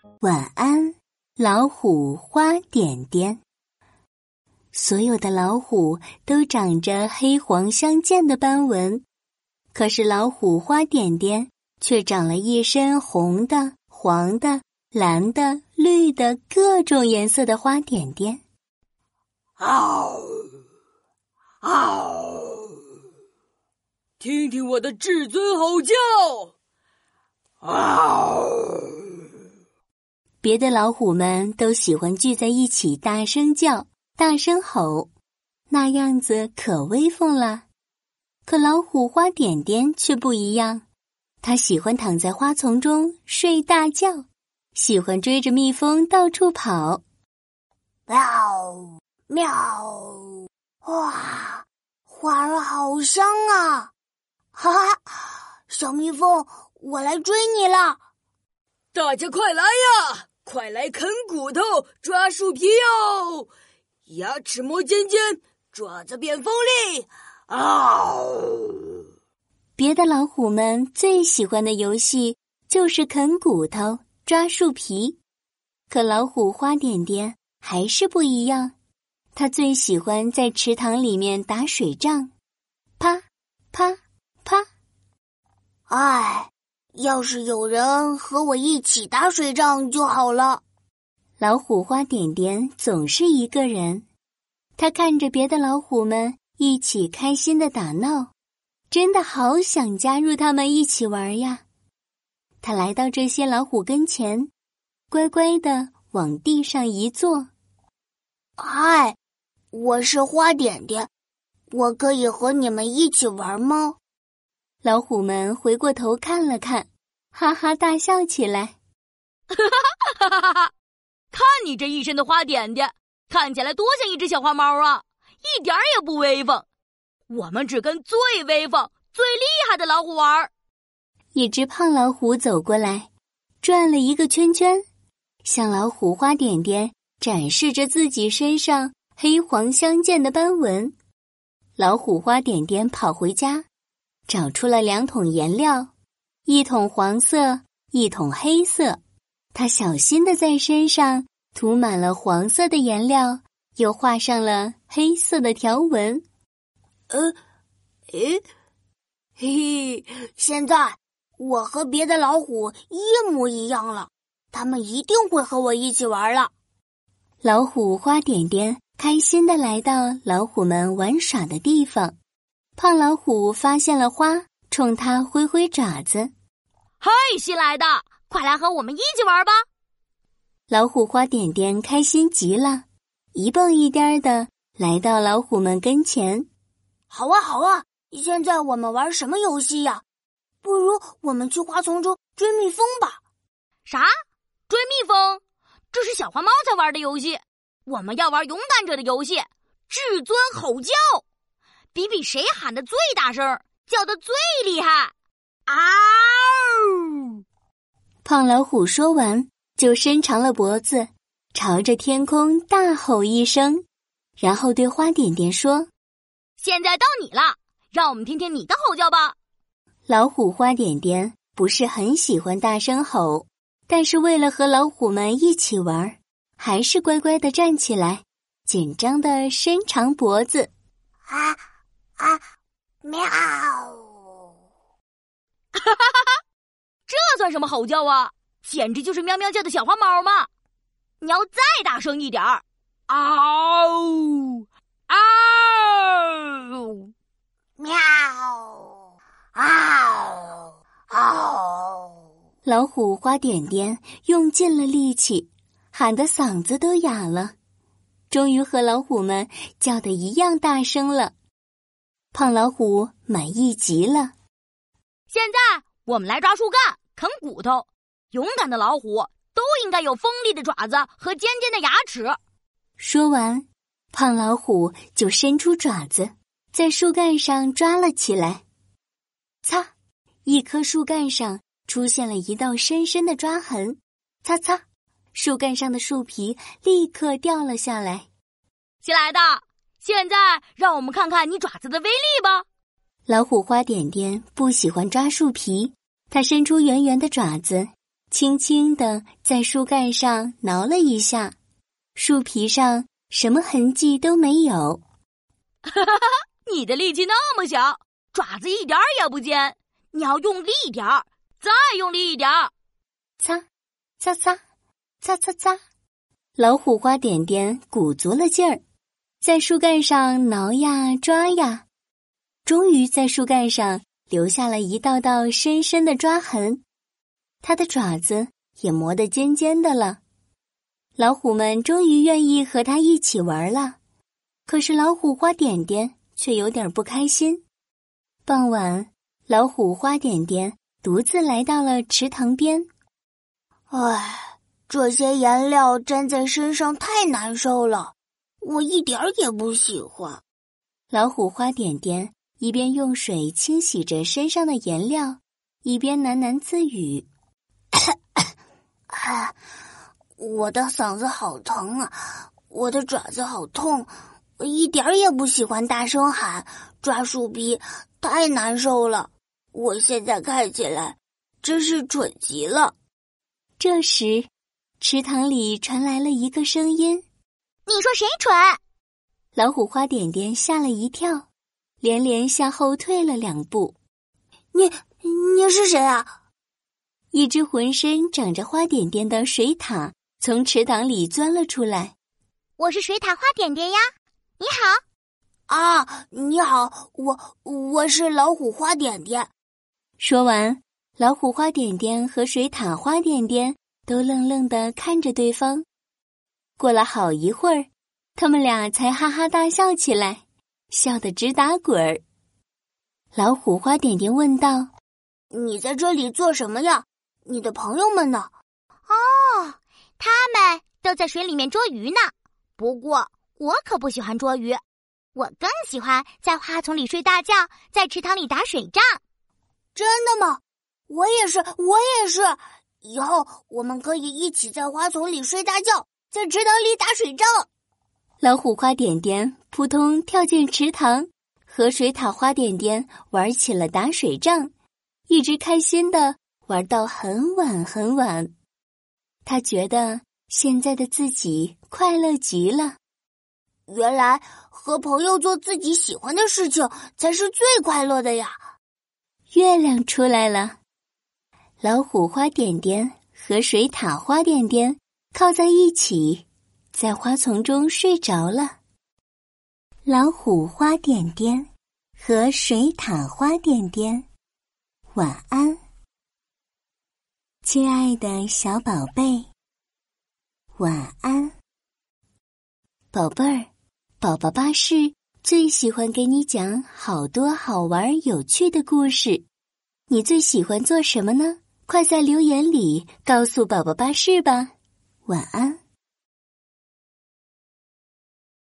晚安，老虎花点点。所有的老虎都长着黑黄相间的斑纹，可是老虎花点点却长了一身红的、黄的、蓝的、绿的各种颜色的花点点。 嗷嗷！听听我的至尊吼叫！嗷！ 别的老虎们都喜欢聚在一起大声叫、大声吼，那样子可威风了。可老虎花点点却不一样，它喜欢躺在花丛中睡大觉，喜欢追着蜜蜂到处跑。 喵喵！哇，花儿好香啊！哈哈，小蜜蜂，我来追你了！ 大家快来呀！快来啃骨头、抓树皮哟！牙齿磨尖尖，爪子变锋利。 别的老虎们最喜欢的游戏就是啃骨头、抓树皮，可老虎花点点还是不一样。它最喜欢在池塘里面打水仗，啪啪啪。 唉，要是有人和我一起打水仗就好了。 老虎花点点总是一个人，他看着别的老虎们一起开心的打闹，真的好想加入他们一起玩呀。他来到这些老虎跟前，乖乖地往地上一坐。 嗨，我是花点点，我可以和你们一起玩吗？ 老虎们回过头看了看，哈哈大笑起来。 哈哈哈哈！看你这一身的花点点，看起来多像一只小花猫啊，一点也不威风。我们只跟最威风、最厉害的老虎玩。 一只胖老虎走过来，转了一个圈圈，向老虎花点点展示着自己身上黑黄相间的斑纹。老虎花点点跑回家，找出了2桶颜料，一桶黄色，一桶黑色。他小心地在身上涂满了黄色的颜料，又画上了黑色的条纹。 嘿嘿，现在我和别的老虎一模一样了，他们一定会和我一起玩了。 老虎花点点开心地来到老虎们玩耍的地方。胖老虎发现了花，冲它挥挥爪子。 嘿，新来的，快来和我们一起玩吧！ 老虎花点点开心极了，一蹦一颠的来到老虎们跟前。 好啊好啊，现在我们玩什么游戏呀？不如我们去花丛中追蜜蜂吧。 啥？追蜜蜂？这是小花猫才玩的游戏。我们要玩勇敢者的游戏，至尊吼叫，比谁喊得最大声，叫得最厉害。嗷！ 胖老虎说完，就伸长了脖子，朝着天空大吼一声，然后对花点点说： 现在到你了，让我们听听你的吼叫吧。 老虎花点点不是很喜欢大声吼，但是为了和老虎们一起玩，还是乖乖地站起来，紧张地伸长脖子。 喵！ 哈哈哈哈！这算什么吼叫啊？简直就是喵喵叫的小花猫嘛！你要再大声一点儿！嗷嗷！ 喵！嗷嗷！ 老虎花点点用尽了力气，喊得嗓子都哑了，终于和老虎们叫得一样大声了。胖老虎满意极了。 现在我们来抓树干、啃骨头。勇敢的老虎都应该有锋利的爪子和尖尖的牙齿。 说完，胖老虎就伸出爪子，在树干上抓了起来。擦！一棵树干上出现了一道深深的抓痕。擦擦！树干上的树皮立刻掉了下来。 新来的，现在让我们看看你爪子的威力吧。 老虎花点点不喜欢抓树皮，它伸出圆圆的爪子， 轻轻地在树干上挠了一下，树皮上什么痕迹都没有。 哈哈哈！你的力气那么小，爪子一点儿也不尖，你要用力一点儿，再用力一点儿。 擦，擦擦，擦擦擦。老虎花点点鼓足了劲儿，在树干上挠呀抓呀，终于在树干上留下了一道道深深的抓痕。它的爪子也磨得尖尖的了。老虎们终于愿意和它一起玩了。可是老虎花点点却有点不开心。傍晚，老虎花点点独自来到了池塘边。 唉，这些颜料粘在身上太难受了，我一点儿也不喜欢。 老虎花点点一边用水清洗着身上的颜料，一边喃喃自语： 我的嗓子好疼啊，我的爪子好痛，我一点儿也不喜欢大声喊，抓树皮太难受了。我现在看起来真是蠢极了。 这时，池塘里传来了一个声音：“ 你说谁蠢？” 老虎花点点吓了一跳，连连向后退了2步。 你是谁啊？ 一只浑身长着花点点的水獭从池塘里钻了出来。 我是水獭花点点呀，你好。 啊，你好，我是老虎花点点。 说完，老虎花点点和水獭花点点都愣愣地看着对方。过了好一会儿，他们俩才哈哈大笑起来，笑得直打滚儿。老虎花点点问道：“ 你在这里做什么呀？你的朋友们呢？” 哦，他们都在水里面捉鱼呢。不过我可不喜欢捉鱼，我更喜欢在花丛里睡大觉，在池塘里打水仗。 真的吗？我也是。以后我们可以一起在花丛里睡大觉，在池塘里打水仗。 老虎花点点扑通跳进池塘，和水獭花点点玩起了打水仗，一直开心的玩到很晚很晚。他觉得现在的自己快乐极了。 原来和朋友做自己喜欢的事情才是最快乐的呀。 月亮出来了，老虎花点点和水獭花点点靠在一起，在花丛中睡着了。老虎花点点和水獭花点点，晚安，亲爱的小宝贝，晚安。宝贝儿，宝宝巴士最喜欢给你讲好多好玩有趣的故事。你最喜欢做什么呢？快在留言里告诉宝宝巴士吧。晚安。